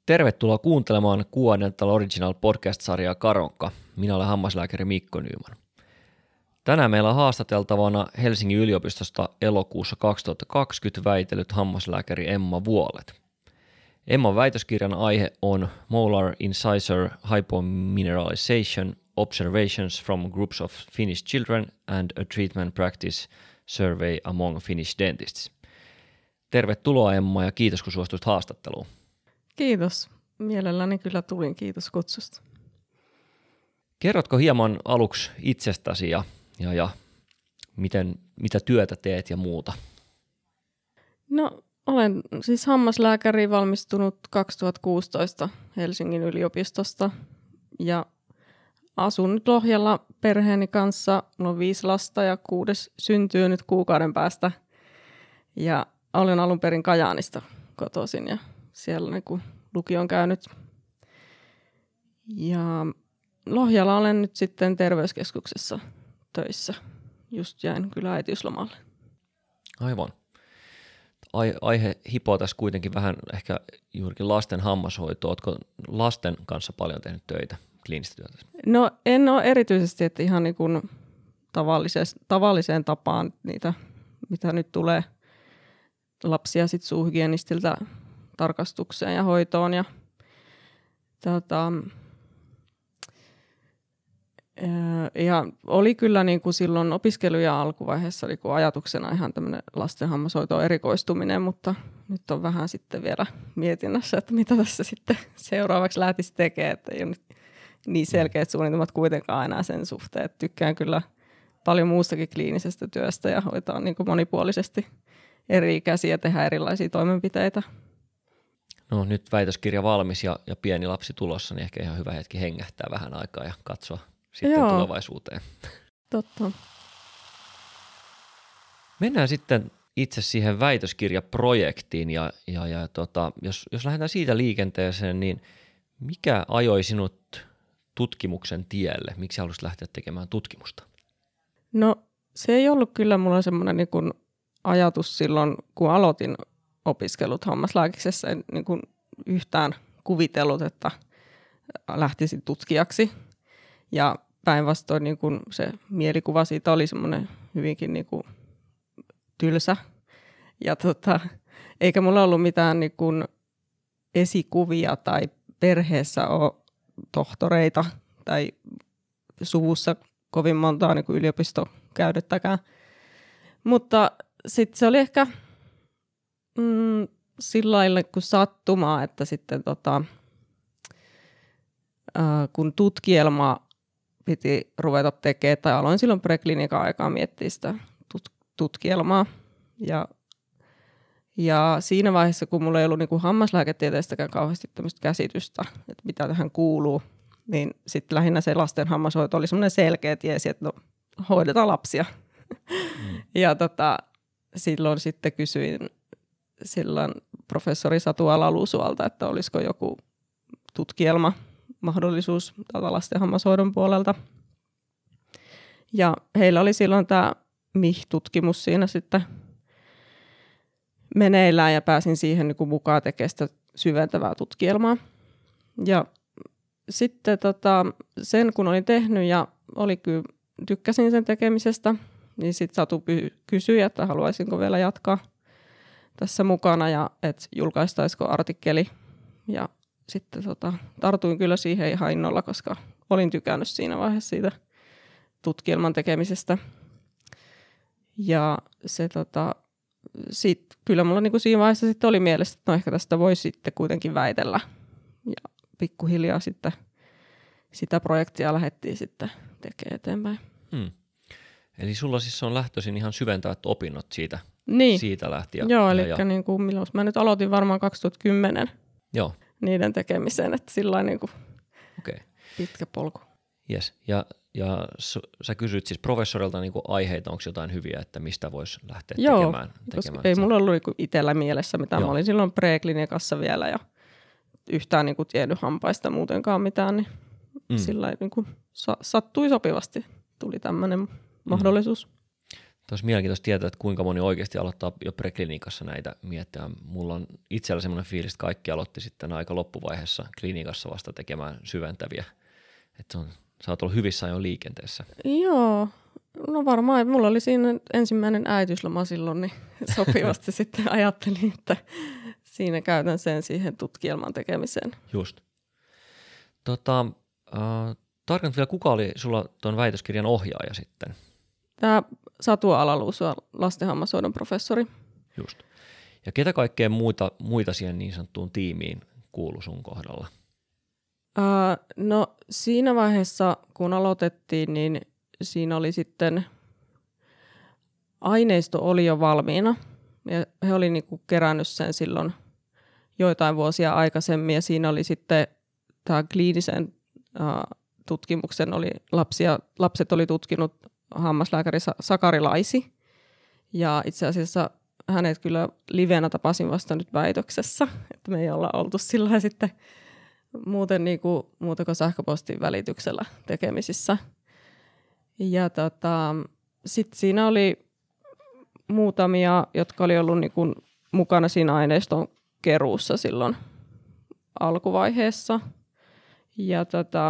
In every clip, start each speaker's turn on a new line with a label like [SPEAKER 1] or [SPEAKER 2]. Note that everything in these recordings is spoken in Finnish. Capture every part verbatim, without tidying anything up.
[SPEAKER 1] Tervetuloa kuuntelemaan Q Dental Original podcast-sarjaa Karonkka. Minä olen hammaslääkäri Mikko Nyman. Tänään meillä on haastateltavana Helsingin yliopistosta elokuussa kaksituhattakaksikymmentä väitellyt hammaslääkäri Emma Vuolet. Emman väitöskirjan aihe on Molar Incisor Hypomineralization Observations from Groups of Finnish Children and a Treatment Practice Survey Among Finnish Dentists. Tervetuloa Emma ja kiitos kun suostuit haastatteluun.
[SPEAKER 2] Kiitos. Mielelläni kyllä tulin. Kiitos kutsusta.
[SPEAKER 1] Kerrotko hieman aluksi itsestäsi ja, ja, ja miten, mitä työtä teet ja muuta?
[SPEAKER 2] No, olen siis hammaslääkäri valmistunut kaksituhattakuusitoista Helsingin yliopistosta ja asun nyt Lohjalla perheeni kanssa. Minulla on viisi lasta ja kuudes syntyy nyt kuukauden päästä. Ja olen alun perin Kajaanista kotoisin ja siellä niin kuin lukion käynyt. Ja Lohjalla olen nyt sitten terveyskeskuksessa töissä. Just jäin kyllä äitiyslomalle.
[SPEAKER 1] Aivan. Ai, aihe hipoo tässä kuitenkin vähän ehkä juurikin lasten hammashoitoa. Oletko lasten kanssa paljon tehnyt töitä, kliinistä työtä?
[SPEAKER 2] No en ole erityisesti, että ihan niin kuin tavalliseen, tavalliseen tapaan niitä, mitä nyt tulee lapsia sit suuhygienistiltä tarkastukseen ja hoitoon. Ja, tota, ja oli kyllä niin kuin silloin opiskelujen alkuvaiheessa oli ajatuksena ihan tämmöinen lasten hammashoitoon erikoistuminen, mutta nyt on vähän sitten vielä mietinnässä, että mitä tässä sitten seuraavaksi lähtisi tekemään, että ei ole niin selkeät suunnitelmat kuitenkaan enää sen suhteen, että tykkään kyllä paljon muustakin kliinisestä työstä ja hoitaa niin kuin monipuolisesti eri ikäisiä, tehdä erilaisia toimenpiteitä.
[SPEAKER 1] No nyt väitöskirja valmis ja, ja pieni lapsi tulossa, niin ehkä ihan hyvä hetki hengähtää vähän aikaa ja katsoa sitten Joo. tulevaisuuteen.
[SPEAKER 2] Totta.
[SPEAKER 1] Mennään sitten itse siihen väitöskirjaprojektiin ja, ja, ja tota, jos, jos lähdetään siitä liikenteeseen, niin mikä ajoi sinut tutkimuksen tielle? Miksi haluaisit lähteä tekemään tutkimusta?
[SPEAKER 2] No se ei ollut kyllä mulla semmoinen niin kuin ajatus silloin, kun aloitin opiskelut hammaslääkiksessä, en niin kuin yhtään kuvitellut, että lähtisin tutkijaksi. Ja päinvastoin niin kuin se mielikuva siitä oli semmoinen hyvinkin niin kuin tylsä. Ja tota, eikä mulla ollut mitään niin kuin esikuvia tai perheessä ole tohtoreita tai suvussa kovin montaa niin kuin yliopistokäydettäkään. Mutta sitten se oli ehkä mm, sillä lailla kuin sattumaa, että sitten tota, ää, kun tutkielmaa piti ruveta tekemään, tai aloin silloin preklinikan aikaa miettiä sitä tut- tutkielmaa. Ja, ja siinä vaiheessa, kun mulla ei ollut niin kuin hammaslääketieteestäkään kauheasti tämmöistä käsitystä, että mitä tähän kuuluu, niin sitten lähinnä se lasten hammashoito oli semmoinen selkeä tiesi, että no, hoidetaan lapsia. Mm. Ja tota, silloin sitten kysyin silloin professori Satu Ala-Luusualta, että olisiko joku tutkielma mahdollisuus lasten hammashoidon puolelta. Ja heillä oli silloin tämä M I H-tutkimus siinä sitten meneillään ja pääsin siihen niin kuin mukaan tekemään sitä syventävää tutkielmaa. Ja sitten tota, sen kun olin tehnyt ja oli kyllä, tykkäsin sen tekemisestä, niin sitten Satu kysyi, että haluaisinko vielä jatkaa tässä mukana ja että julkaistaisiko artikkeli. Ja sitten tota, tartuin kyllä siihen ihan innolla, koska olin tykännyt siinä vaiheessa siitä tutkielman tekemisestä. Ja se tota, sit, kyllä mulla niinku siinä vaiheessa sitten oli mielessä, että no ehkä tästä voisi sitten kuitenkin väitellä. Ja pikkuhiljaa sitten sitä projektia lähdettiin sitten tekemään eteenpäin.
[SPEAKER 1] Hmm. Eli sulla siis on lähtöisin ihan syventävät opinnot siitä,
[SPEAKER 2] niin.
[SPEAKER 1] siitä lähtien.
[SPEAKER 2] Joo, eli ja... niin kuin, milloin mä nyt aloitin varmaan kaksituhattakymmenen Joo. niiden tekemiseen, että sillä niin kuin
[SPEAKER 1] okay.
[SPEAKER 2] pitkä polku.
[SPEAKER 1] Yes. Ja, ja sä kysyt siis professorilta niin kuin aiheita, onko jotain hyviä, että mistä voisi lähteä
[SPEAKER 2] Joo,
[SPEAKER 1] tekemään?
[SPEAKER 2] Koska
[SPEAKER 1] tekemään
[SPEAKER 2] ei mulla ollut niin itsellä mielessä mitään. Joo. Mä olin silloin preklinikassa vielä ja yhtään niin kuin tiennyt hampaista muutenkaan mitään, niin mm. sillä niin kuin sa- sattui sopivasti. Tuli tämmöinen mahdollisuus.
[SPEAKER 1] Olisi mielenkiintoista tietää, että kuinka moni oikeasti aloittaa jo preklinikassa näitä miettiä. Mulla on itsellä semmoinen fiilis, että kaikki aloitti sitten aika loppuvaiheessa klinikassa vasta tekemään syventäviä. Että on, sä oot ollut hyvissä jo liikenteessä.
[SPEAKER 2] Joo, no varmaan. Mulla oli siinä ensimmäinen äitiysloma silloin, niin sopivasti sitten ajattelin, että siinä käytän sen siihen tutkielman tekemiseen.
[SPEAKER 1] Just. Tota, äh, tarkentat vielä, kuka oli sulla tuon väitöskirjan ohjaaja sitten?
[SPEAKER 2] Tämä Satu Alaluusu, lastenhammashoidon professori.
[SPEAKER 1] Just. Ja ketä kaikkea muita, muita siihen niin sanottuun tiimiin kuului sun kohdalla?
[SPEAKER 2] Uh, no siinä vaiheessa, kun aloitettiin, niin siinä oli sitten, aineisto oli jo valmiina. Ja he oli niinku kerännyt sen silloin joitain vuosia aikaisemmin. Ja siinä oli sitten tämä kliinisen uh, tutkimuksen, oli lapsia, lapset oli tutkinut hammaslääkäri Sakari Laisi. Ja itse asiassa hänet kyllä livenä tapasin vasta nyt väitöksessä. Että me ei olla oltu sillä sitten muuten, niin kuin, muuten kuin sähköpostin välityksellä tekemisissä. Ja tota, sitten siinä oli muutamia, jotka oli ollut niin kuin mukana siinä aineiston keruussa silloin alkuvaiheessa. Ja tota,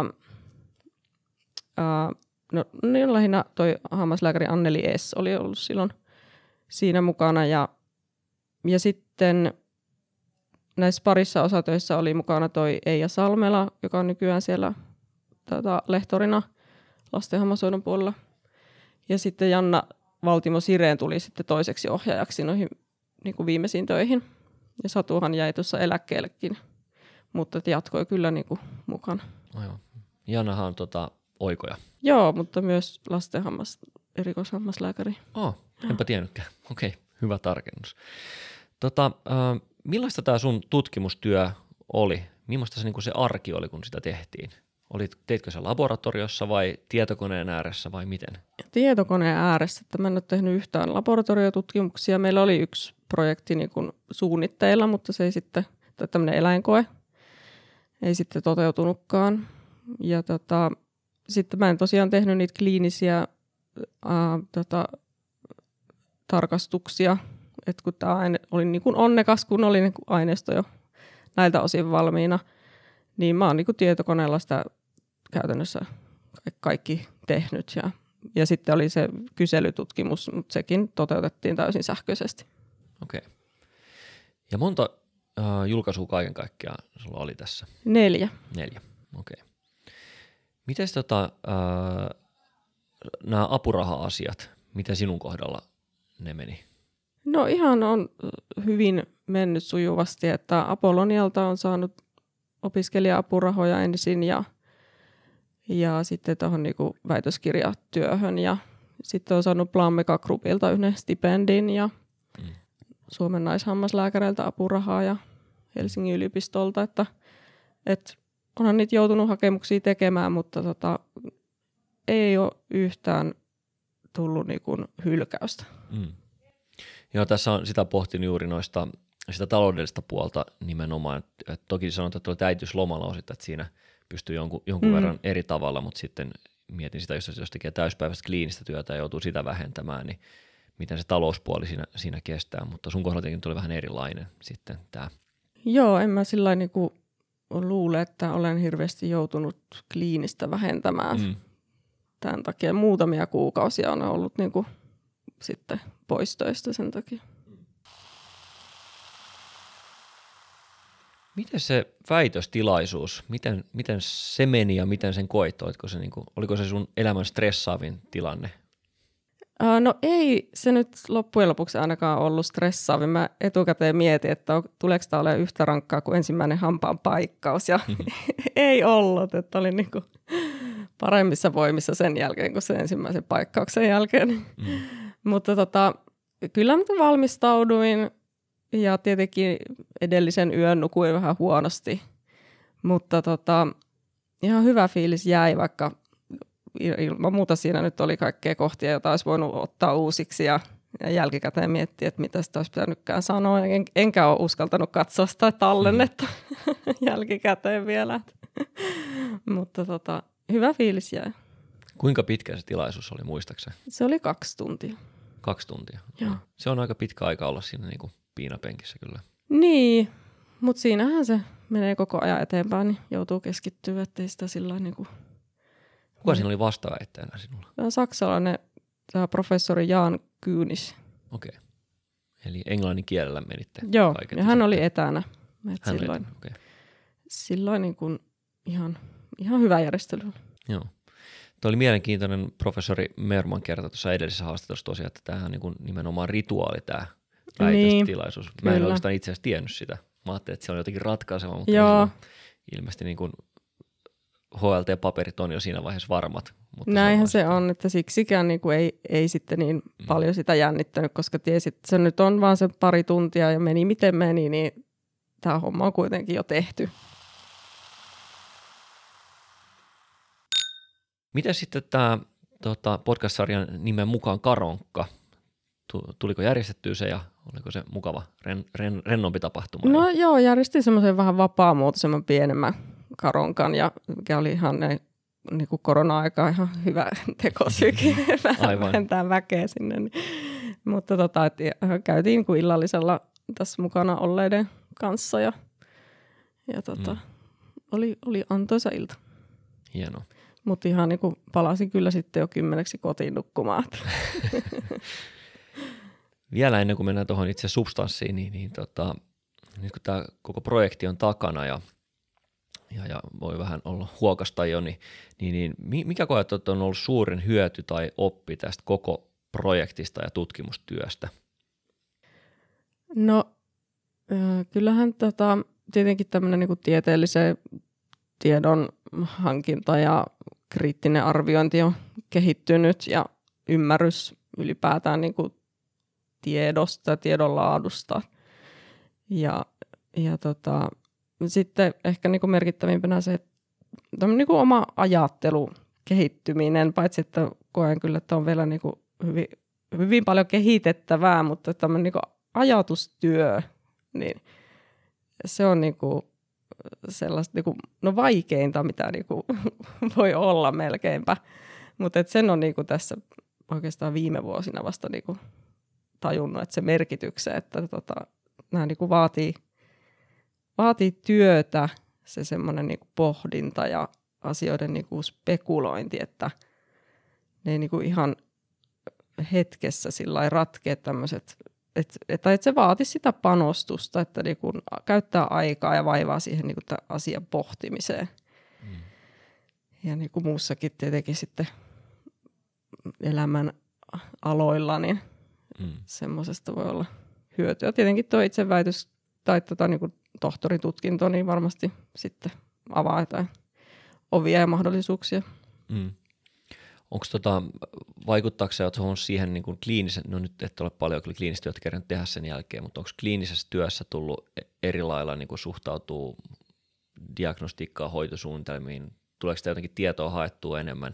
[SPEAKER 2] ää, no niin lähinnä toi hammaslääkäri Anneli S. oli ollut silloin siinä mukana. Ja, ja sitten näissä parissa osatöissä oli mukana toi Eija Salmela, joka on nykyään siellä tota, lehtorina lastenhammashoidon puolella. Ja sitten Janna Valtimo Sireen tuli sitten toiseksi ohjaajaksi noihin niin kuin viimeisiin töihin. Ja Satuhan jäi tuossa eläkkeellekin, mutta jatkoi kyllä niin kuin mukana.
[SPEAKER 1] Oh, joo. Jannahan on tota, oikoja.
[SPEAKER 2] Joo, mutta myös lastenhammas, erikoishammaslääkäri.
[SPEAKER 1] Oh, enpä tiennytkään. Okei, okay, hyvä tarkennus. Tota, äh, millaista tämä sun tutkimustyö oli? Millaista se, niin kuin se arki oli, kun sitä tehtiin? Olit, teitkö se laboratoriossa vai tietokoneen ääressä vai miten?
[SPEAKER 2] Tietokoneen ääressä. Että mä en ole tehnyt yhtään laboratoriotutkimuksia. Meillä oli yksi projekti niin kuin suunnitteilla, mutta se ei sitten, tai tämmöinen eläinkoe, ei sitten toteutunutkaan. Ja tota, sitten mä en tosiaan tehnyt niitä kliinisiä ää, tota, tarkastuksia, että kun tämä aine oli niin kuin onnekas, kun oli niin kuin aineisto jo näiltä osin valmiina, niin mä oon niin kuin tietokoneella sitä käytännössä kaikki tehnyt. Ja, ja sitten oli se kyselytutkimus, mutta sekin toteutettiin täysin sähköisesti.
[SPEAKER 1] Okei. Okay. Ja monta äh, julkaisua kaiken kaikkiaan sulla oli tässä?
[SPEAKER 2] Neljä.
[SPEAKER 1] Neljä, okei. Okay. Miten tota, äh, nämä apuraha-asiat, miten sinun kohdalla ne meni?
[SPEAKER 2] No ihan on hyvin mennyt sujuvasti, että Apollonialta on saanut opiskelija-apurahoja ensin ja, ja sitten tuohon niinku väitöskirjatyöhön ja sitten on saanut Plammeka Groupilta yhden stipendin ja mm. Suomen naishammaslääkäreiltä apurahaa ja Helsingin yliopistolta, että, että onhan niitä joutunut hakemuksia tekemään, mutta tota, ei ole yhtään tullut niinku hylkäystä. Mm.
[SPEAKER 1] Joo, tässä on sitä pohtinut juuri noista, sitä taloudellista puolta nimenomaan. Et toki sanotaan, että olet äitiyslomalla osittain, että siinä pystyy jonkun, jonkun mm. verran eri tavalla, mutta sitten mietin sitä, jos, jos tekee täyspäiväistä kliinistä työtä ja joutuu sitä vähentämään, niin miten se talouspuoli siinä, siinä kestää. Mutta sun kohdalla tuli vähän erilainen sitten tämä.
[SPEAKER 2] Joo, en mä sillä niin kuin luule, että olen hirveästi joutunut kliinistä vähentämään. Mm. Tämän takia muutamia kuukausia on ollut niin kuin sitten pois töistä sen takia.
[SPEAKER 1] Miten se väitöstilaisuus, miten, miten se meni ja miten sen koit? Oliko se, niin kuin, oliko se sun elämän stressaavin tilanne?
[SPEAKER 2] Uh, no ei se nyt loppujen lopuksi ainakaan ollut stressaavin. Mä etukäteen mietin, että tuleeko tämä olemaan yhtä rankkaa kuin ensimmäinen hampaan paikkaus. Ja ei ollut, että olin niin kuin paremmissa voimissa sen jälkeen kuin sen ensimmäisen paikkauksen jälkeen. Mm. Mutta tota, kyllä mä valmistauduin ja tietenkin edellisen yön nukuin vähän huonosti. Mutta tota, ihan hyvä fiilis jäi, vaikka ilman muuta siinä nyt oli kaikkea kohtia, joita olisi voinut ottaa uusiksi ja, ja jälkikäteen miettiä, että mitä sitä olisi pitänytkään sanoa. En, enkä ole uskaltanut katsoa sitä tallennetta mm. jälkikäteen vielä. Mutta tota, hyvä fiilis jäi.
[SPEAKER 1] Kuinka pitkä se tilaisuus oli, muistaakseni?
[SPEAKER 2] Se oli kaksi tuntia.
[SPEAKER 1] Kaksi tuntia.
[SPEAKER 2] Joo.
[SPEAKER 1] Se on aika pitkä aika olla siinä niin kuin piinapenkissä kyllä.
[SPEAKER 2] Niin, mutta siinähän se menee koko ajan eteenpäin, niin joutuu keskittyä, ettei sitä sillä niin kuin...
[SPEAKER 1] Kuka siinä oli vastaväittäjänä sinulla?
[SPEAKER 2] Tämä on saksalainen tämä professori Jan Kyynis.
[SPEAKER 1] Okei. Okay. Eli englannin kielellä menitte.
[SPEAKER 2] Joo,
[SPEAKER 1] kaiket
[SPEAKER 2] ja hän
[SPEAKER 1] sitten.
[SPEAKER 2] oli etänä. Et
[SPEAKER 1] Hän
[SPEAKER 2] silloin
[SPEAKER 1] oli, okay.
[SPEAKER 2] silloin niin kuin ihan, ihan hyvä järjestely.
[SPEAKER 1] Joo. Tuo oli mielenkiintoinen professori Merman kerta tuossa edellisessä haastattelussa tosiaan, että tämähän on niin kuin nimenomaan rituaali tämä väitöstilaisuus. Niin, Mä en
[SPEAKER 2] kyllä.
[SPEAKER 1] oikeastaan itse asiassa tiennyt sitä. Mä ajattelin, että se on jotenkin ratkaiseva, mutta
[SPEAKER 2] Joo.
[SPEAKER 1] ilmeisesti niin kuin H L T-paperit on jo siinä vaiheessa varmat. Mutta
[SPEAKER 2] Näinhän
[SPEAKER 1] se on,
[SPEAKER 2] se on, että siksikään niin kuin ei, ei sitten niin mm. paljon sitä jännittänyt, koska tiesi, että se nyt on vaan se pari tuntia ja meni miten meni, niin tämä homma on kuitenkin jo tehty.
[SPEAKER 1] Miten sitten tämä tota, podcast-sarjan nimen mukaan Karonkka? Tuliko järjestettyä se ja oliko se mukava, ren, ren, rennompi tapahtuma?
[SPEAKER 2] No joo, järjestin semmoisen vähän vapaamuotoisemman pienemmän karonkan, ja mikä oli ihan ne, niin kuin korona-aika ihan hyvä tekosyki vähentää väkeä sinne. Niin. Mutta tota, et, käytiin kuin illallisella tässä mukana olleiden kanssa ja, ja tota, mm. oli, oli antoisa ilta.
[SPEAKER 1] Hienoa.
[SPEAKER 2] Mutta ihan niin kuin palasin kyllä sitten jo kymmeneksi kotiin nukkumaan.
[SPEAKER 1] Vielä ennen kuin mennään tuohon itse substanssiin, niin, niin tota, nyt kun tämä koko projekti on takana ja, ja, ja voi vähän olla huokasta jo, niin, niin, niin mikä koet, että on ollut suurin hyöty tai oppi tästä koko projektista ja tutkimustyöstä?
[SPEAKER 2] No kyllähän tota, tietenkin tämmöinen niin kuin tieteellisen tiedon hankinta ja kriittinen arviointi on kehittynyt ja ymmärrys ylipäätään niin kuin tiedosta ja tiedon laadusta. Ja, ja tota, sitten ehkä niin kuin merkittävimpänä se, että niin kuin oma ajattelu kehittyminen, paitsi että koen kyllä, että on vielä niin kuin hyvin, hyvin paljon kehitettävää, mutta tämmöinen niin kuin ajatustyö, niin se on niin kuin sellaista niin kuin, no vaikeinta, mitä niin kuin voi olla melkeinpä. Mutta sen on niin kuin tässä oikeastaan viime vuosina vasta niin kuin tajunnut, että se merkityksen, että tota, nämä niin kuin vaatii, vaatii työtä, se semmoinen niin kuin pohdinta ja asioiden niin kuin spekulointi, että ne ei niin kuin ihan hetkessä sillä ratkea tämmöiset, että, että, että se vaatisi sitä panostusta, että niin kuin käyttää aikaa ja vaivaa siihen niin kuin tämän asian pohtimiseen. Mm. Ja niin kuin muussakin tietenkin sitten elämän aloilla, niin mm. semmoisesta voi olla hyötyä. Tietenkin tuo itse väitös tai tota, niin kuin tohtoritutkinto niin varmasti sitten avaa jotain ovia ja mahdollisuuksia. Mm.
[SPEAKER 1] Onko tota, vaikuttaako se siihen niin kuin kliinisen, no nyt et ole paljon kyllä kliinistä työtä kerännyt tehdä sen jälkeen, mutta onko kliinisessä työssä tullut eri lailla niin kuin suhtautuu diagnostiikkaan, hoitosuunnitelmiin? Tuleeko sitä jotenkin tietoa haettua enemmän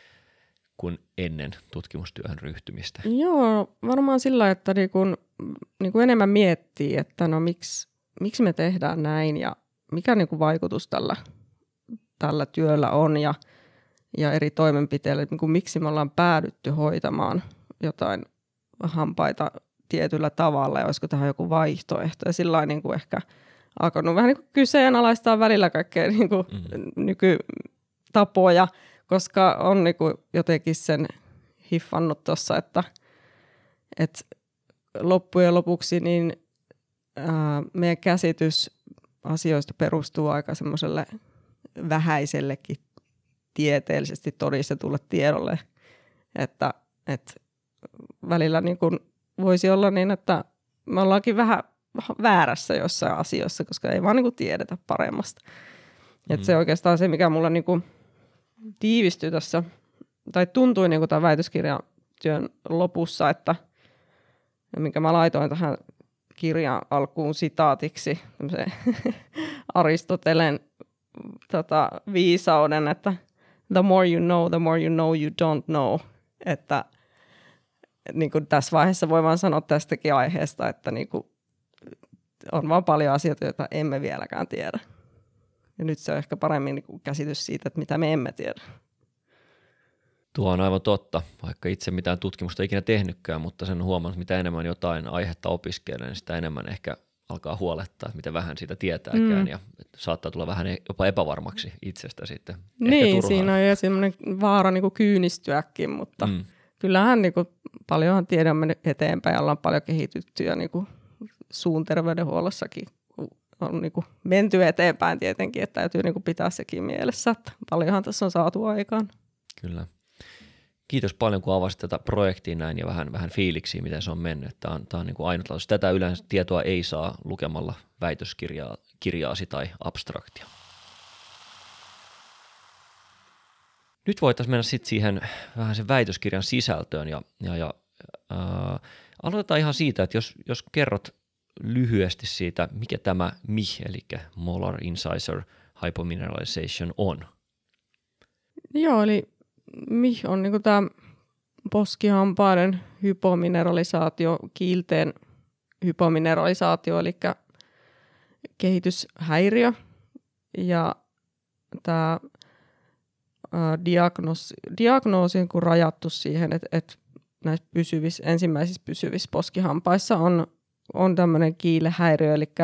[SPEAKER 1] kuin ennen tutkimustyöhön ryhtymistä?
[SPEAKER 2] Joo, varmaan sillä, että niin kuin, niin kuin enemmän miettii, että no miksi, miksi me tehdään näin ja mikä niin kuin vaikutus tällä, tällä työllä on ja ja eri toimenpiteille, niin kuin miksi me ollaan päädytty hoitamaan jotain hampaita tietyllä tavalla ja olisiko tähän joku vaihtoehto. Ja sillä niin kuin ehkä alkanut vähän niin kuin kyseenalaistaa välillä kaikkea niin kuin mm-hmm. nykytapoja, koska on niin kuin jotenkin sen hiffannut tuossa, että, että loppujen lopuksi niin, ää, meidän käsitys asioista perustuu aika semmoiselle vähäisellekin tieteellisesti todistetulle tiedolle, että, että välillä niin kuin voisi olla niin, että me ollaankin vähän väärässä jossain asioissa, koska ei vaan niin kuin tiedetä paremmasta. Mm. Että se oikeastaan se, mikä mulla niin kuin tiivistyi tässä, tai tuntui niin kuin tämän väitöskirjan työn lopussa, että minkä mä laitoin tähän kirjan alkuun sitaatiksi, tämmöisen Aristotelen tota, viisauden, että the more you know, the more you know you don't know. Että niin kuin tässä vaiheessa voi vaan sanoa tästäkin aiheesta, että niin kuin on vaan paljon asioita, joita emme vieläkään tiedä. Ja nyt se on ehkä paremmin niin kuin käsitys siitä, että mitä me emme tiedä.
[SPEAKER 1] Tuo on aivan totta, vaikka itse mitään tutkimusta ikinä tehnytkään, mutta sen huomannut, mitä enemmän jotain aihetta opiskelee, niin sitä enemmän ehkä alkaa huolettaa, että miten vähän siitä tietääkään mm. ja saattaa tulla vähän jopa epävarmaksi itsestä sitten.
[SPEAKER 2] Niin, siinä on jo semmoinen vaara niin kuin kyynistyäkin, mutta mm. kyllähän niin kuin, paljonhan tiedämme eteenpäin ja ollaan paljon kehitytty ja niin kuin suun terveydenhuollossakin on niin kuin menty eteenpäin tietenkin, että täytyy niin kuin pitää sekin mielessä, että paljonhan tässä on saatu aikaan.
[SPEAKER 1] Kyllä. Kiitos paljon, kun avasit tätä projektia näin ja vähän, vähän fiiliksiä, miten se on mennyt. Tämä on, tämä on niin kuin ainutlaatuista. Tätä yleensä tietoa ei saa lukemalla väitöskirjaasi tai abstraktia. Nyt voitaisiin mennä sitten siihen vähän sen väitöskirjan sisältöön ja, ja, ja ää, aloitetaan ihan siitä, että jos, jos kerrot lyhyesti siitä, mikä tämä M I H, eli Molar Incisor Hypomineralization on.
[SPEAKER 2] Joo, eli M I H on niinku tämä poskihampaiden hypomineralisaatio, kiilteen hypomineralisaatio, eli kehityshäiriö. Ja tämä diagnoosi, diagnoosi on rajattu siihen, että, että näissä pysyvissä, ensimmäisissä pysyvissä poskihampaissa on, on tämmöinen kiilehäiriö, eli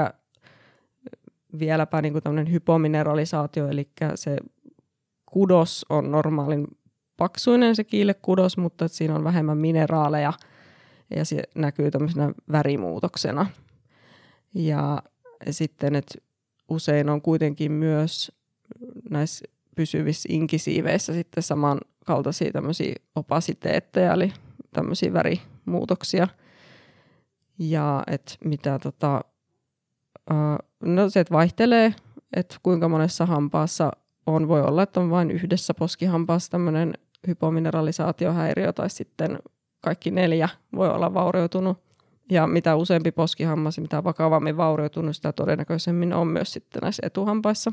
[SPEAKER 2] vieläpä niinku tämmöinen hypomineralisaatio, eli se kudos on normaalin paksuinen se kiilekudos, mutta siinä on vähemmän mineraaleja ja se näkyy tämmöisenä värimuutoksena. Ja sitten, että usein on kuitenkin myös näissä pysyvissä inkisiiveissä sitten samankaltaisia tämmöisiä opasiteetteja, eli tämmöisiä värimuutoksia. Ja että mitä tota, no se, että vaihtelee, että kuinka monessa hampaassa on, voi olla, että on vain yhdessä poskihampaassa tämmöinen hypomineralisaatiohäiriö tai sitten kaikki neljä voi olla vaurioitunut. Ja mitä useampi poskihammas ja mitä vakavammin vaurioitunut, sitä todennäköisemmin on myös sitten näissä etuhampaissa.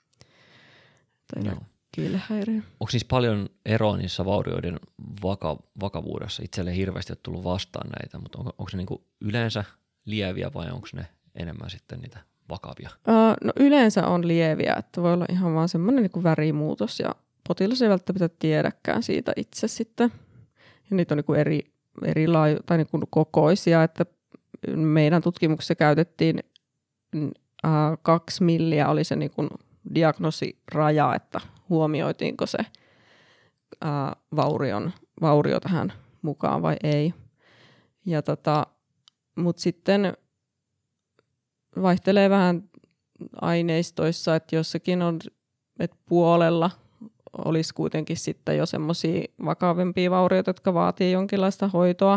[SPEAKER 1] No.
[SPEAKER 2] Kiilehäiriö.
[SPEAKER 1] Onko siis paljon eroa niissä vaurioiden vaka- vakavuudessa? Itselle hirveästi ole tullut vastaan näitä, mutta onko, onko ne niinku yleensä lieviä vai onko ne enemmän sitten niitä vakavia?
[SPEAKER 2] Öö, no yleensä on lieviä, että voi olla ihan vaan semmoinen niin kuin värimuutos ja potilas ei välttämättä tiedäkään siitä itse sitten. Ja niitä on niin kuin eri, eri laaju- tai niin kuin kokoisia, että meidän tutkimuksessa käytettiin äh, kaksi milliä oli se niin kuin diagnoosiraja, että huomioitiinko se äh, vaurion, vaurio tähän mukaan vai ei. Ja tota, mutta sitten vaihtelee vähän aineistoissa, että jossakin on, että puolella olisi kuitenkin sitten jo semmoisia vakavempia vaurioita, jotka vaatii jonkinlaista hoitoa.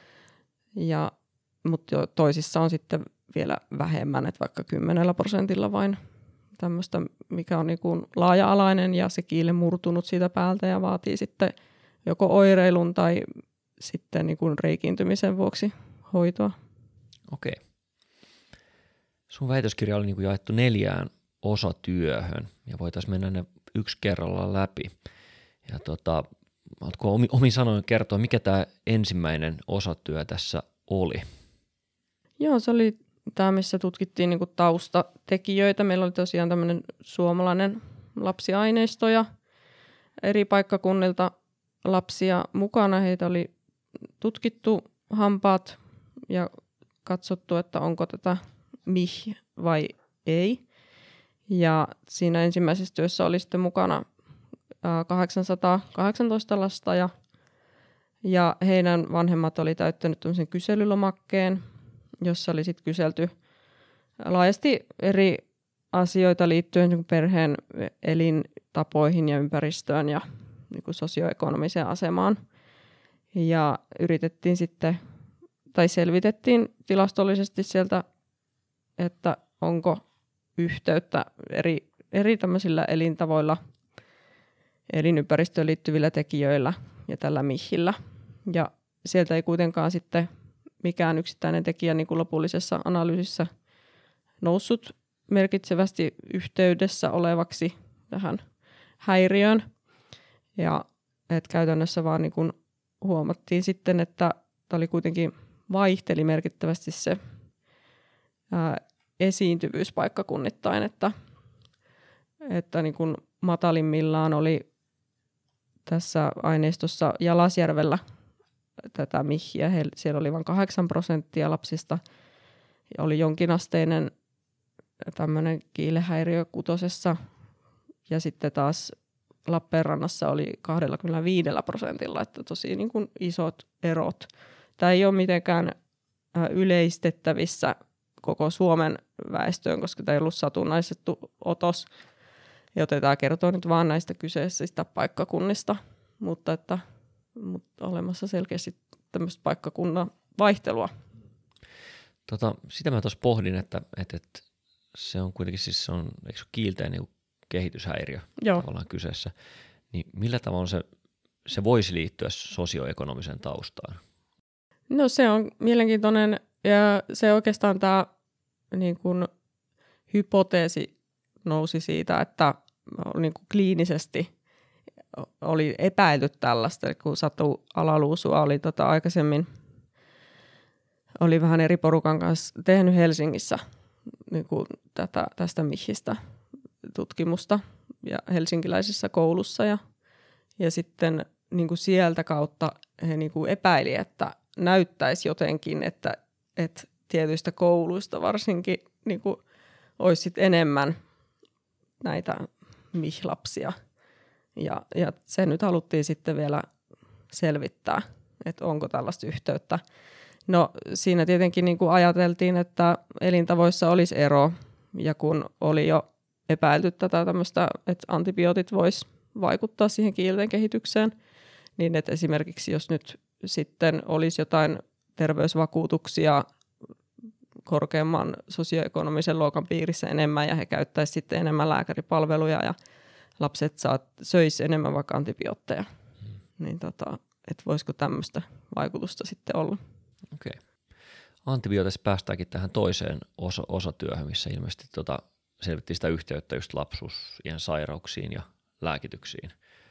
[SPEAKER 2] Ja, mutta jo toisissa on sitten vielä vähemmän, että vaikka kymmenellä prosentilla vain tämmöistä, mikä on niin kuin laaja-alainen ja se kiile murtunut siitä päältä ja vaatii sitten joko oireilun tai sitten niin kuin reikiintymisen vuoksi hoitoa.
[SPEAKER 1] Okei. Sun väitöskirja oli niin kuin jaettu neljään osatyöhön ja voitaisiin mennä ne yksi kerrallaan läpi. Ja tota, oletko omin sanoin kertoa, mikä tämä ensimmäinen osatyö tässä oli?
[SPEAKER 2] Joo, se oli tämä, missä tutkittiin niin kuin taustatekijöitä. Meillä oli tosiaan tämmöinen suomalainen lapsiaineisto ja eri paikkakunnilta lapsia mukana. Heitä oli tutkittu hampaat ja katsottu, että onko tätä M I H vai ei. Ja siinä ensimmäisessä työssä oli sitten mukana kahdeksansataakahdeksantoista lasta ja, ja heidän vanhemmat oli täyttänyt tämmöisen kyselylomakkeen, jossa oli sitten kyselty laajasti eri asioita liittyen perheen elintapoihin ja ympäristöön ja niin kuin sosioekonomiseen asemaan. Ja yritettiin sitten, tai selvitettiin tilastollisesti sieltä, että onko yhteyttä eri, eri tämmöisillä elintavoilla, elinympäristöön liittyvillä tekijöillä ja tällä M I H:llä. Ja sieltä ei kuitenkaan sitten mikään yksittäinen tekijä niin kuin lopullisessa analyysissä noussut merkitsevästi yhteydessä olevaksi tähän häiriöön. Ja että käytännössä vaan niin kuin huomattiin sitten, että tämä oli kuitenkin vaihteli merkittävästi se ää, esiintyvyys paikkakunnittain, että, että niin kuin matalimmillaan oli tässä aineistossa Jalasjärvellä tätä mihhiä. He, siellä oli vain kahdeksan prosenttia lapsista. Ja oli jonkinasteinen tämmöinen kiilehäiriö kutosessa. Ja sitten taas Lappeenrannassa oli kaksikymmentäviisi prosentilla, että tosi niin kuin isot erot. Tämä ei ole mitenkään yleistettävissä koko Suomen väestöön, koska tämä ei ollut satunnaisettu otos. Joten tämä kertoo nyt vaan näistä kyseisistä paikkakunnista, mutta, että, mutta olemassa selkeästi tämmöistä paikkakunnan vaihtelua.
[SPEAKER 1] Tota, sitä mä tuossa pohdin, että, että, että se on kuitenkin siis se on, eikö se ole kiilteinen niin kehityshäiriö Joo. tavallaan kyseessä, niin millä tavalla se, se voisi liittyä sosioekonomiseen taustaan?
[SPEAKER 2] No se on mielenkiintoinen ja se oikeastaan tämä niin kuin hypoteesi nousi siitä, että niin kuin kliinisesti oli epäilty tällaista, kun Satu Alaluusua oli tota aikaisemmin oli vähän eri porukan kanssa tehnyt Helsingissä niin kuin tätä, tästä mihistä tutkimusta ja helsinkiläisessä koulussa ja, ja sitten niin kuin sieltä kautta he niin kuin epäili, että näyttäisi jotenkin, että, että tietyistä kouluista varsinkin niin kuin olisi sit enemmän näitä mihlapsia. Ja, ja se nyt haluttiin sitten vielä selvittää, että onko tällaista yhteyttä. No siinä tietenkin niin kuin ajateltiin, että elintavoissa olisi ero, ja kun oli jo epäilty tätä tämmöistä, että antibiootit vois vaikuttaa siihen kielten kehitykseen, niin että esimerkiksi jos nyt sitten olisi jotain terveysvakuutuksia korkeamman sosioekonomisen luokan piirissä enemmän ja he käyttäisivät sitten enemmän lääkäripalveluja ja lapset saat, söisi enemmän vaikka antibiootteja, hmm. niin tota, että voisiko tämmöistä vaikutusta sitten olla.
[SPEAKER 1] Okei. Antibiooteissa päästäänkin tähän toiseen osa- osatyöhön, missä ilmeisesti tota, selvittiin sitä yhteyttä just lapsuusien sairauksiin ja lääkityksiin.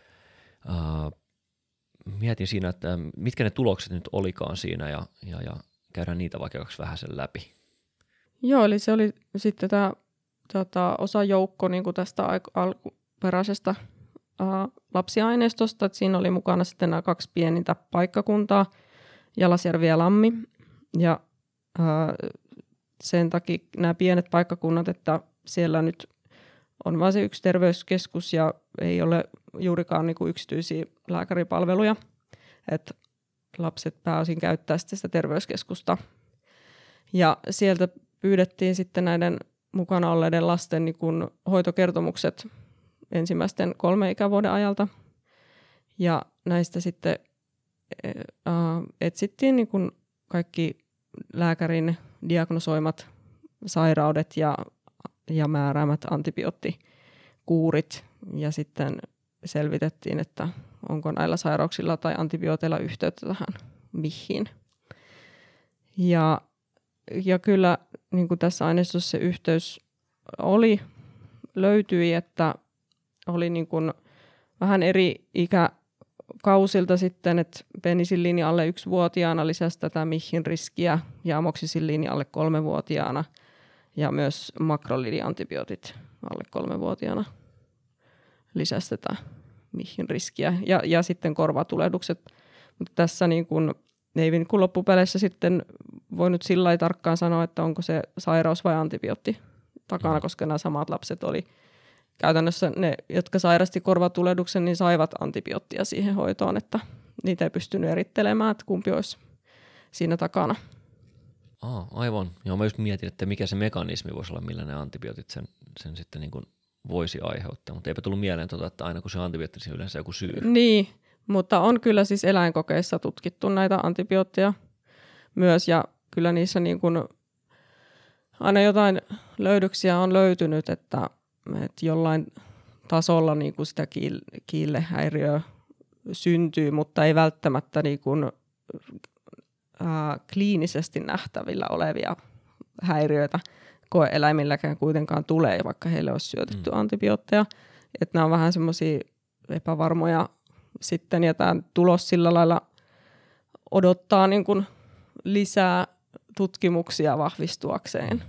[SPEAKER 1] Uh, mietin siinä, että mitkä ne tulokset nyt olikaan siinä ja, ja, ja käydään niitä vaikka vähän sen läpi.
[SPEAKER 2] Joo, eli se oli sitten tämä tota, osajoukko niin kuin tästä alkuperäisestä ää, lapsiaineistosta, että siinä oli mukana sitten nämä kaksi pienintä paikkakuntaa, Jalasjärvi ja Lammi, ja ää, sen takia nämä pienet paikkakunnat, että siellä nyt on vain se yksi terveyskeskus ja ei ole juurikaan niin kuin yksityisiä lääkäripalveluja, että lapset pääosin käyttää sitä terveyskeskusta. Ja sieltä pyydettiin sitten näiden mukana olleiden lasten niin kuin hoitokertomukset ensimmäisten kolme ikävuoden ajalta. Ja näistä sitten äh, etsittiin niin kuin kaikki lääkärin diagnosoimat sairaudet ja, ja määräämät antibioottikuurit. Ja sitten selvitettiin, että onko näillä sairauksilla tai antibiooteilla yhteyttä tähän mihin. Ja, ja kyllä niin kuin tässä aineistossa se yhteys oli, löytyi, että oli niin kuin vähän eri ikäkausilta sitten, että penisilliini alle yksivuotiaana lisäsi tätä mihin riskiä ja amoksisilliini alle kolmevuotiaana ja myös makrolidiantibiootit alle kolmevuotiaana lisäsi tätä mihin riskiä. Ja, ja sitten korvatulehdukset. Mutta tässä niin kun, ei niin kun loppupeleissä sitten voinut sillä lailla tarkkaan sanoa, että onko se sairaus vai antibiootti takana, mm. koska nämä samat lapset oli käytännössä ne, jotka sairasti korvatulehduksen, niin saivat antibioottia siihen hoitoon, että niitä ei pystynyt erittelemään, että kumpi olisi siinä takana.
[SPEAKER 1] Aa, aivan. Joo, mä just mietin, että mikä se mekanismi voisi olla, millä ne antibiootit sen, sen sitten niin kuin voisi aiheuttaa, mutta eipä tullut mieleen, tuota, että aina kun se antibiootti, niin yleensä joku syy.
[SPEAKER 2] Niin, mutta on kyllä siis eläinkokeissa tutkittu näitä antibiootteja myös, ja kyllä niissä niin kuin aina jotain löydöksiä on löytynyt, että, että jollain tasolla niin kuin sitä kiillehäiriöä syntyy, mutta ei välttämättä niin kuin, ää, kliinisesti nähtävillä olevia häiriöitä koe-eläimilläkään kuitenkaan tulee, vaikka heille olisi syötetty mm. antibiootteja. Että nämä on vähän semmoisia epävarmoja sitten, ja tämä tulos sillä lailla odottaa niin kuin lisää tutkimuksia vahvistuakseen.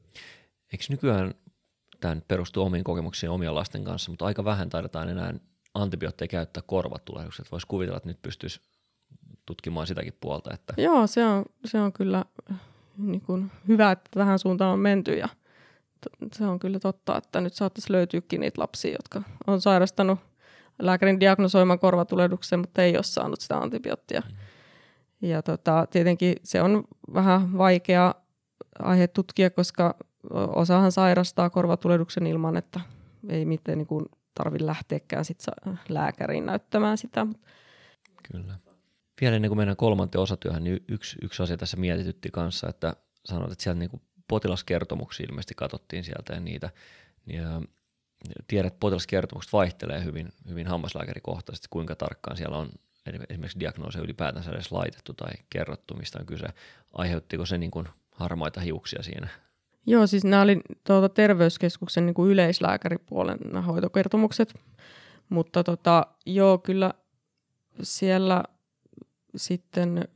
[SPEAKER 1] Eikö nykyään tämä nyt perustuu omiin kokemuksiin omien lasten kanssa, mutta aika vähän taidetaan enää antibiootteja käyttää korvatulehduksessa? Voisi kuvitella, että nyt pystyisi tutkimaan sitäkin puolta. Että...
[SPEAKER 2] Joo, se on, se on kyllä niin kuin hyvä, että tähän suuntaan on menty ja se on kyllä totta, että nyt saattaisi löytyäkin niitä lapsia, jotka on sairastanut lääkärin diagnosoiman korvatulehduksen, mutta ei ole saanut sitä antibioottia. Mm. Ja tota, tietenkin se on vähän vaikea aihe tutkia, koska osahan sairastaa korvatulehduksen ilman, että ei mitään niin tarvitse lähteäkään sit lääkäriin näyttämään sitä.
[SPEAKER 1] Kyllä. Vielä ennen kuin mennään kolmanteen osatyöhön, niin yksi, yksi asia tässä mietitytti kanssa, että sanoit, että sieltä niin potilaskertomuksia ilmeisesti katsottiin sieltä ja niitä. Ja tiedät, että potilaskertomukset vaihtelee hyvin, hyvin hammaslääkärikohtaisesti, kuinka tarkkaan siellä on esimerkiksi diagnoosia ylipäätänsä edes laitettu tai kerrottu, mistä on kyse. Aiheuttiko se niin kuin harmaita hiuksia siinä?
[SPEAKER 2] Joo, siis nämä oli tuota terveyskeskuksen niin kuin yleislääkäripuolen hoitokertomukset, mutta tota, joo, kyllä siellä sitten,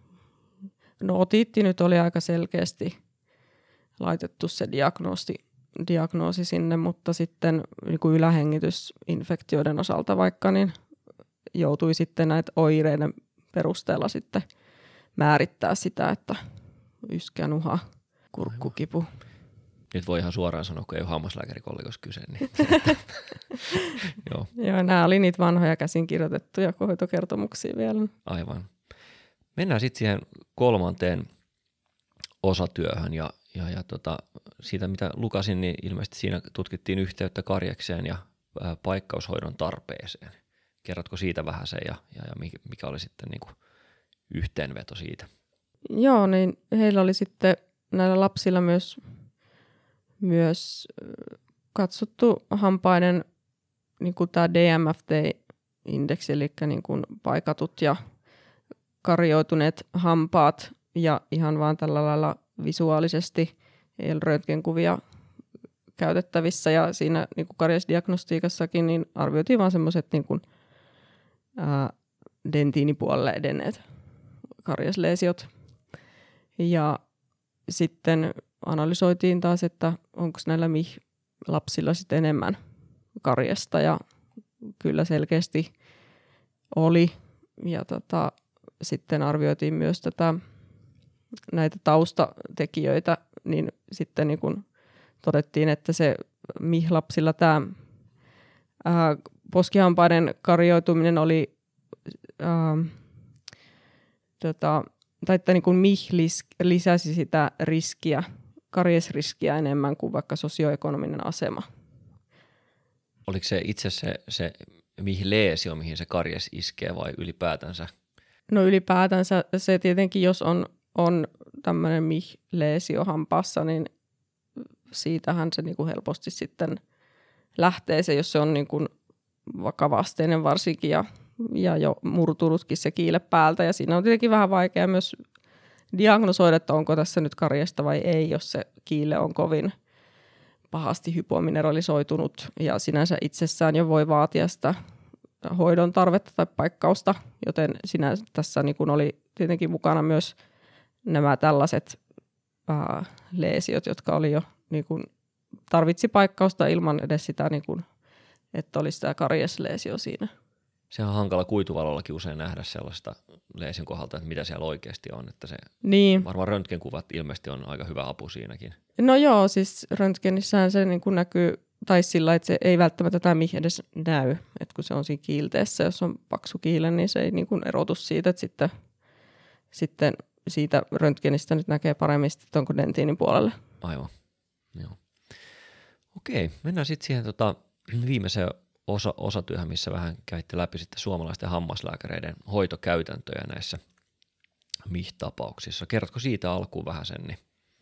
[SPEAKER 2] no otitti nyt oli aika selkeästi laitettu se diagnoosi, diagnoosi sinne, mutta sitten niin kuin ylähengitysinfektioiden osalta vaikka, niin joutui sitten näitä oireiden perusteella sitten määrittää sitä, että yskä, nuha, kurkkukipu.
[SPEAKER 1] Nyt voi ihan suoraan sanoa, kun ei ole hammaslääkärikollegossa kyse. Niin. Joo.
[SPEAKER 2] Joo, nämä oli niitä vanhoja käsin kirjoitettuja hoitokertomuksia vielä.
[SPEAKER 1] Aivan. Mennään sitten siihen kolmanteen osatyöhön ja, ja, ja tota, siitä mitä lukasin, niin ilmeisesti siinä tutkittiin yhteyttä karjekseen ja ää, paikkaushoidon tarpeeseen. Kerrotko siitä vähän sen ja, ja, ja mikä oli sitten niin kuin yhteenveto siitä? Joo,
[SPEAKER 2] niin heillä oli sitten näillä lapsilla myös, myös katsottu hampaiden niin kuin tämä D M F T-indeksi, eli niin kuin paikatut ja karioituneet hampaat ja ihan vaan tällä lailla visuaalisesti ei ole röntgenkuvia käytettävissä ja siinä niin kuin karjesdiagnostiikassakin niin arvioitiin vaan semmoiset niin kuin ää, dentiinipuolelle edenneet karjesleesiot. Ja sitten analysoitiin taas, että onko näillä M I H-lapsilla sitten enemmän karjesta ja kyllä selkeästi oli. Ja tota, sitten arvioitiin myös tätä, näitä taustatekijöitä, niin sitten niin kun todettiin, että se M I H-lapsilla tämä ää, poskihampaiden karjoituminen oli ää, tota, tai että niin kuin M I H lisäsi sitä riskiä, karjesriskiä enemmän kuin vaikka sosioekonominen asema.
[SPEAKER 1] Oliko se itse se, se M I H-leesio, mihin se karjes iskee vai ylipäätänsä?
[SPEAKER 2] No ylipäätänsä se tietenkin, jos on, on tämmöinen M I H-leesio hampaassa, niin siitähän se niin kuin helposti sitten lähtee se, jos se on niin kuin vakavasteinen varsinkin ja ja jo murtunutkin se kiile päältä. Ja siinä on tietenkin vähän vaikea myös diagnosoida, että onko tässä nyt karjesta vai ei, jos se kiile on kovin pahasti hypomineralisoitunut. Ja sinänsä itsessään jo voi vaatia sitä hoidon tarvetta tai paikkausta, joten sinä tässä niin kun oli tietenkin mukana myös nämä tällaiset ää, leesiot, jotka oli jo niin kun tarvitsi paikkausta ilman edes sitä, niin kun, että olisi tämä karjesleesio siinä.
[SPEAKER 1] Se on hankala kuituvalollakin usein nähdä sellaista leesin kohdalta, että mitä siellä oikeasti on. Että se
[SPEAKER 2] niin.
[SPEAKER 1] Varmaan röntgenkuvat ilmeisesti on aika hyvä apu siinäkin.
[SPEAKER 2] No joo, siis röntgenissähän se niin kuin näkyy, tai sillä, että se ei välttämättä tämä M I H edes näy. Että kun se on siinä kiilteessä, jos on paksu kiile, niin se ei niin kuin erotu siitä, että sitten, sitten siitä röntgenistä nyt näkee paremmin, että onko dentiinin puolelle.
[SPEAKER 1] Aivan, joo. Okei, mennään sitten siihen tota, viimeiseen Osa, osatyöhön, missä vähän kävitte läpi sitten suomalaisten hammaslääkäreiden hoitokäytäntöjä näissä M I H-tapauksissa. Kerrotko siitä alkuun vähän sen? Niin?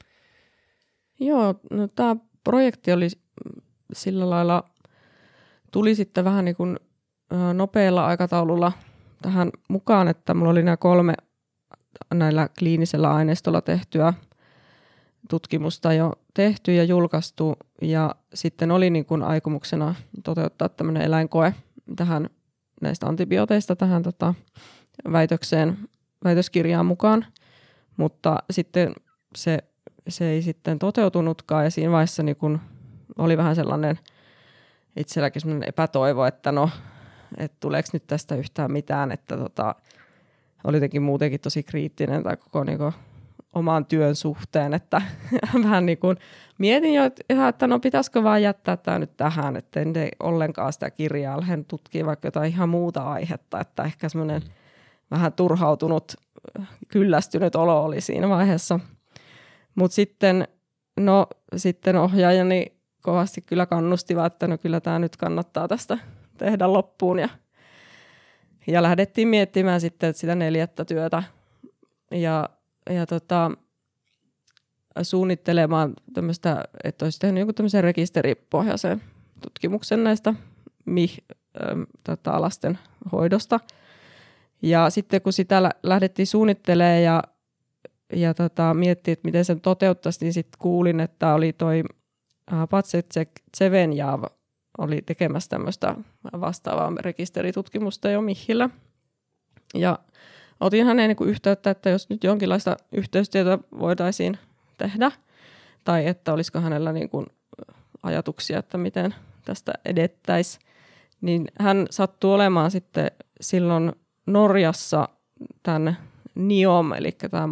[SPEAKER 2] Joo, no tämä projekti oli sillä lailla, tuli sitten vähän niin kuin nopealla aikataululla tähän mukaan, että mulla oli nämä kolme näillä kliinisellä aineistolla tehtyä tutkimusta jo tehty ja julkaistu, ja sitten oli niin kuin aikomuksena toteuttaa tämmöinen eläinkoe tähän näistä antibiooteista tähän tota, väitökseen, väitöskirjaan mukaan, mutta sitten se, se ei sitten toteutunutkaan, ja siinä vaiheessa niin kuin oli vähän sellainen itselläkin sellainen epätoivo, että no, että tuleeko nyt tästä yhtään mitään, että tota, oli jotenkin muutenkin tosi kriittinen tai koko niin kuin, oman työn suhteen, että vähän niin kuin mietin jo, että, että no pitäisikö vaan jättää tämä nyt tähän, että en tee ollenkaan sitä kirjaa, lähden tutkimaan vaikka jotain ihan muuta aihetta, että ehkä semmoinen vähän turhautunut, kyllästynyt olo oli siinä vaiheessa. Mutta sitten, no, sitten ohjaajani kovasti kyllä kannustivat, että no kyllä tämä nyt kannattaa tästä tehdä loppuun. Ja, ja lähdettiin miettimään sitten sitä neljättä työtä ja, ja tota, suunnittelemaan tämmöistä, että olisi tehnyt joku tämmöisen rekisteripohjaisen tutkimuksen näistä M I H-lasten hoidosta. Ja sitten kun sitä lähdettiin suunnittelemaan ja, ja tota, miettiä, että miten sen toteuttaisi, niin sitten kuulin, että oli toi Patsetsek Tsevenjav oli tekemässä tämmöistä vastaavaa rekisteritutkimusta jo Mihillä. Ja otin häneen niin kuin yhteyttä, että jos nyt jonkinlaista yhteistyötä voitaisiin tehdä, tai että olisiko hänellä niin kuin ajatuksia, että miten tästä edettäisiin, niin hän sattui olemaan sitten silloin Norjassa tämän N I O M, eli tämä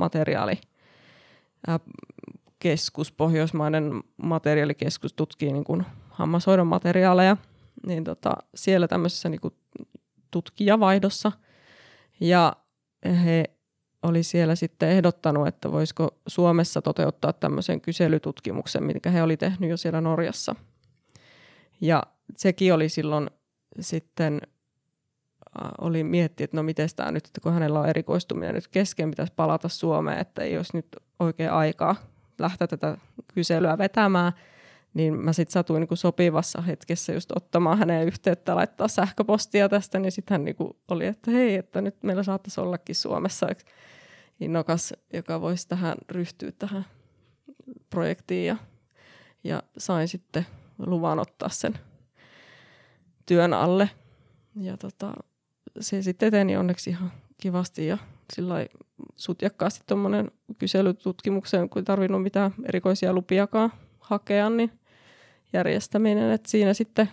[SPEAKER 2] materiaalikeskus, pohjoismainen materiaalikeskus tutkii niin kuin hammashoidon materiaaleja, niin tota, siellä tämmöisessä niin kuin tutkijavaihdossa. Ja he oli siellä sitten ehdottanut, että voisiko Suomessa toteuttaa tämmöisen kyselytutkimuksen, minkä he oli tehnyt jo siellä Norjassa. Ja sekin oli silloin sitten, äh, oli miettiä, että no miten tämä nyt, että kun hänellä on erikoistuminen nyt kesken, pitäisi palata Suomeen, että ei olisi nyt oikein aikaa lähteä tätä kyselyä vetämään, niin mä sitten satuin niin kuin sopivassa hetkessä just ottamaan häneen yhteyttä ja laittaa sähköpostia tästä, niin sitten hän niin kuin oli, että hei, että nyt meillä saattaisi ollakin Suomessa innokas, joka voisi tähän ryhtyä tähän projektiin ja, ja sain sitten luvan ottaa sen työn alle. Ja tota, se sitten eteni onneksi ihan kivasti ja sillai sutjakkaasti tuommoinen kyselytutkimukseen, kun ei tarvinnut mitään erikoisia lupiakaan hakea, niin järjestäminen, että siinä sitten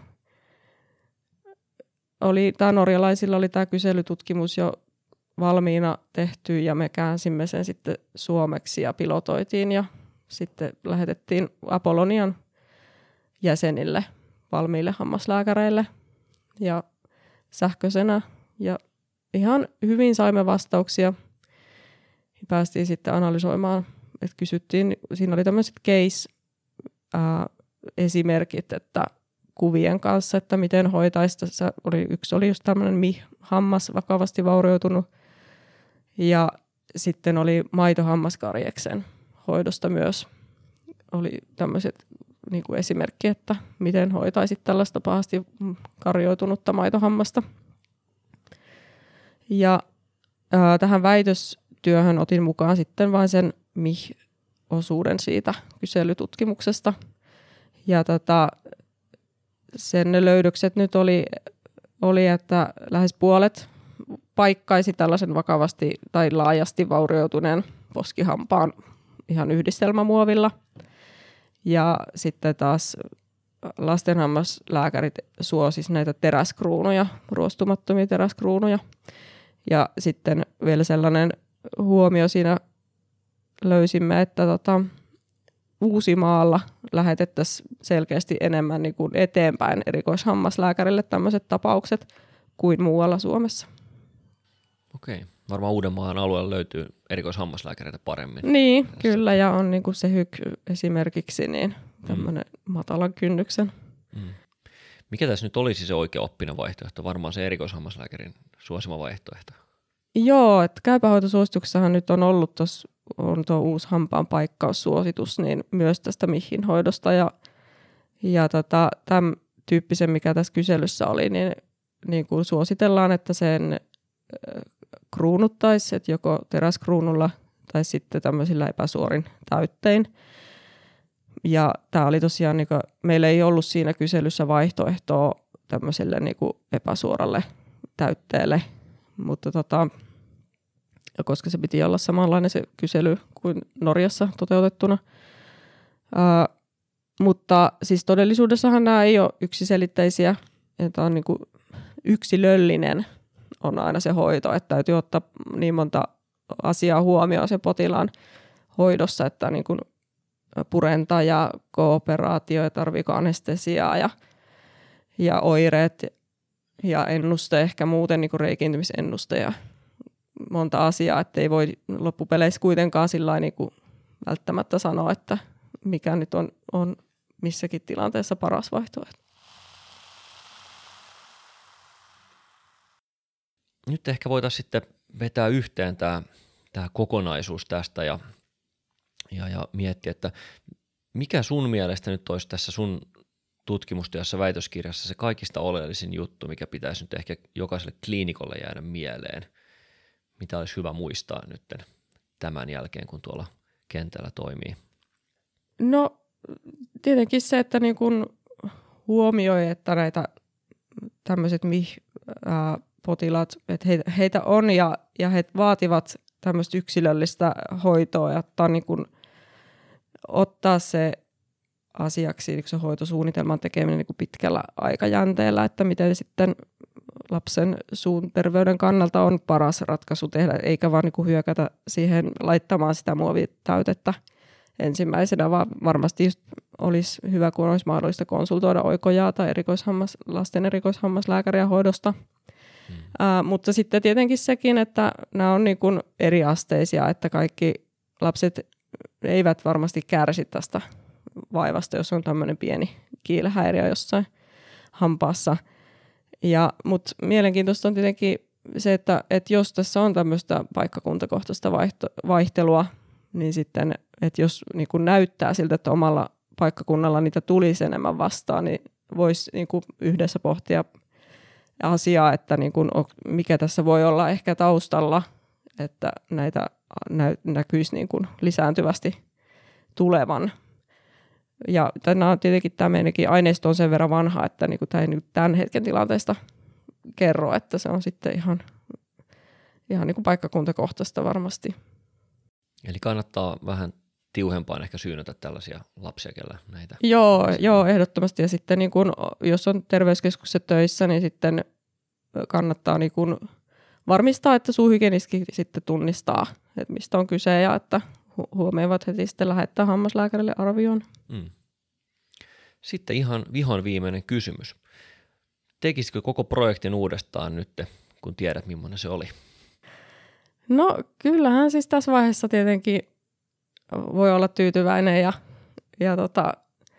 [SPEAKER 2] oli, tämä norjalaisilla oli tämä kyselytutkimus jo valmiina tehty ja me käänsimme sen sitten suomeksi ja pilotoitiin ja sitten lähetettiin Apollonian jäsenille, valmiille hammaslääkäreille ja sähköisenä ja ihan hyvin saimme vastauksia. Päästiin sitten analysoimaan, että kysyttiin, siinä oli tämmöiset case ää, esimerkit, että kuvien kanssa, että miten hoitaisi. Tässä oli, yksi oli just tämmöinen M I H-hammas vakavasti vaurioitunut ja sitten oli maitohammaskarjeksen hoidosta myös. Oli tämmöiset niin kuin esimerkki, että miten hoitaisit tällaista pahasti karjoitunutta maitohammasta. Ja ää, tähän väitöstyöhön otin mukaan sitten vain sen M I H-osuuden siitä kyselytutkimuksesta. Ja tota, sen löydökset nyt oli, oli, että lähes puolet paikkaisi tällaisen vakavasti tai laajasti vaurioituneen poskihampaan ihan yhdistelmämuovilla. Ja sitten taas lastenhammaslääkärit suosis näitä teräskruunuja, ruostumattomia teräskruunuja. Ja sitten vielä sellainen huomio siinä löysimme, että tota, Uusimaalla lähetettäisiin selkeästi enemmän niin kuin eteenpäin erikoishammaslääkärille tämmöiset tapaukset kuin muualla Suomessa.
[SPEAKER 1] Okei. Varmaan Uudenmaan alueella löytyy erikoishammaslääkäreitä paremmin.
[SPEAKER 2] Niin, tässä. Kyllä. Ja on niin kuin se H Y K esimerkiksi niin tämmöinen mm. matalan kynnyksen.
[SPEAKER 1] Mm. Mikä tässä nyt olisi se oikea oppinen vaihtoehto? Varmaan se erikoishammaslääkärin suosima vaihtoehto.
[SPEAKER 2] Joo, että käypähoitosuosituksessahan nyt on ollut tuossa on tuo uusi hampaan paikkaussuositus, niin myös tästä M I Hin hoidosta. Ja, ja tota, tämän tyyppisen, mikä tässä kyselyssä oli, niin, niin kuin suositellaan, että sen kruunuttaisi, että joko teräskruunulla tai sitten tämmöisillä epäsuorin täyttein. Ja tämä oli tosiaan, niin kuin, meillä ei ollut siinä kyselyssä vaihtoehtoa tämmöiselle niin kuin epäsuoralle täytteelle, mutta tota, koska se piti olla samanlainen se kysely kuin Norjassa toteutettuna. Ää, mutta siis todellisuudessahan nämä ei ole yksiselitteisiä. Tämä on niin kuin yksilöllinen on aina se hoito, että täytyy ottaa niin monta asiaa huomioon sen potilaan hoidossa, että niin kuin purenta ja kooperaatio ja tarviiko anestesiaa ja, ja oireet ja ennuste, ehkä muuten niin kuin reikiintymisennuste ja monta asiaa, että ei voi loppupeleissä kuitenkaan sillä niin kuin välttämättä sanoa, että mikä nyt on, on missäkin tilanteessa paras vaihtoehto.
[SPEAKER 1] Nyt ehkä voitaisiin sitten vetää yhteen tämä, tämä kokonaisuus tästä ja, ja, ja miettiä, että mikä sun mielestä nyt olisi tässä sun tutkimustyössä väitöskirjassa se kaikista oleellisin juttu, mikä pitäisi nyt ehkä jokaiselle kliinikolle jäädä mieleen, mitä olisi hyvä muistaa nyt tämän jälkeen, kun tuolla kentällä toimii?
[SPEAKER 2] No tietenkin se, että niin kun huomioi, että näitä tämmöiset M I H-potilaat, että heitä, heitä on ja, ja he vaativat tämmöistä yksilöllistä hoitoa ja ottaa, niin kun, ottaa se asiaksi niin se hoitosuunnitelman tekeminen niin pitkällä aikajänteellä, että miten sitten lapsen suun terveyden kannalta on paras ratkaisu tehdä, eikä vaan niin hyökätä siihen laittamaan sitä muovitäytettä ensimmäisenä, vaan varmasti just olisi hyvä, kun olisi mahdollista konsultoida oikojaa tai erikoishammas, lasten erikoishammaslääkäriä hoidosta. Hmm. Ää, mutta sitten tietenkin sekin, että nämä on niin kuin eriasteisia, että kaikki lapset eivät varmasti kärsi tästä vaivasta, jos on tämmöinen pieni kiilehäiriö jossain hampaassa. Ja, mutta mielenkiintoista on tietenkin se, että, että jos tässä on tämmöistä paikkakuntakohtaista vaihto, vaihtelua, niin sitten, että jos niin kun näyttää siltä, että omalla paikkakunnalla niitä tulisi enemmän vastaan, niin voisi niin kun yhdessä pohtia asiaa, että niin kun, mikä tässä voi olla ehkä taustalla, että näitä nä, näkyisi niin kun lisääntyvästi tulevan. Ja tämä on tietenkin tämä meidänkin aineisto on sen verran vanha, että niin tämä ei nyt tämän hetken tilanteesta kerro, että se on sitten ihan, ihan niin kuin paikkakuntakohtaista varmasti.
[SPEAKER 1] Eli kannattaa vähän tiuhempaan ehkä syynätä tällaisia lapsia, kellä näitä.
[SPEAKER 2] Joo, joo, ehdottomasti. Ja sitten niin kun, jos on terveyskeskuksessa töissä, niin sitten kannattaa niin kun varmistaa, että suuhygienisti sitten tunnistaa, että mistä on kyse ja että huomioivat heti sitten lähettää hammaslääkärille arvioon. Mm.
[SPEAKER 1] Sitten ihan vihon viimeinen kysymys. Tekisikö koko projektin uudestaan nyt, kun tiedät, millainen se oli?
[SPEAKER 2] No kyllähän siis tässä vaiheessa tietenkin voi olla tyytyväinen ja, ja tota,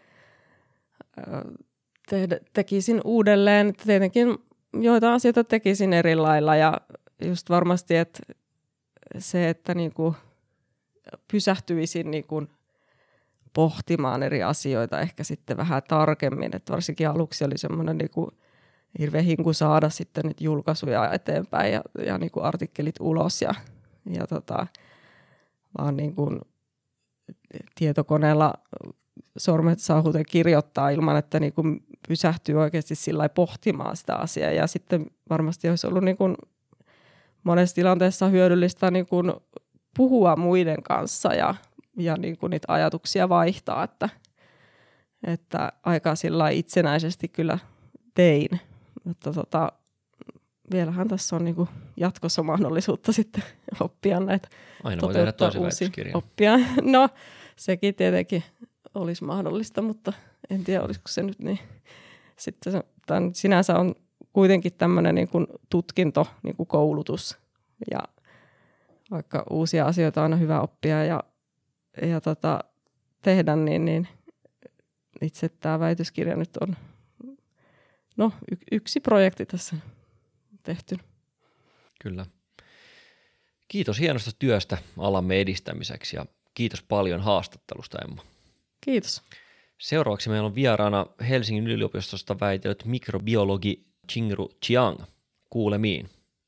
[SPEAKER 2] te, tekisin uudelleen. Tietenkin joitain asioita tekisin eri lailla ja just varmasti, että se, että niinku pysähtyisin niinku pohtimaan eri asioita ehkä sitten vähän tarkemmin. Että varsinkin aluksi oli semmoinen niinku hirveä hinku saada sitten niitä julkaisuja eteenpäin ja, ja niinku artikkelit ulos ja, ja tota, vaan niinku tietokoneella sormet saahuten kirjoittaa ilman, että niinku pysähtyy oikeasti sillä pohtimaan sitä asiaa. Ja sitten varmasti olisi ollut niinku monessa tilanteessa hyödyllistä niinku puhua muiden kanssa ja, ja niinku niitä ajatuksia vaihtaa, että, että aika sillä itsenäisesti kyllä tein. Mutta tota, vielähän tässä on niinku jatkossa mahdollisuutta sitten oppia näitä.
[SPEAKER 1] Aina voi tehdä toisen väitöskirjan.
[SPEAKER 2] Oppia. No, sekin tietenkin olisi mahdollista, mutta en tiedä, olisiko se nyt niin. Sitten se, tämän sinänsä on kuitenkin tämmöinen niinku tutkinto, niinku koulutus. Ja vaikka uusia asioita on aina hyvä oppia ja, ja tota, tehdä, niin, niin itse tämä väitöskirja nyt on no, y- yksi projekti tässä tehty.
[SPEAKER 1] Kyllä. Kiitos hienosta työstä alamme edistämiseksi ja kiitos paljon haastattelusta, Emma.
[SPEAKER 2] Kiitos.
[SPEAKER 1] Seuraavaksi meillä on vieraana Helsingin yliopistosta väitellyt mikrobiologi Qingru Chiang. Kuulemiin.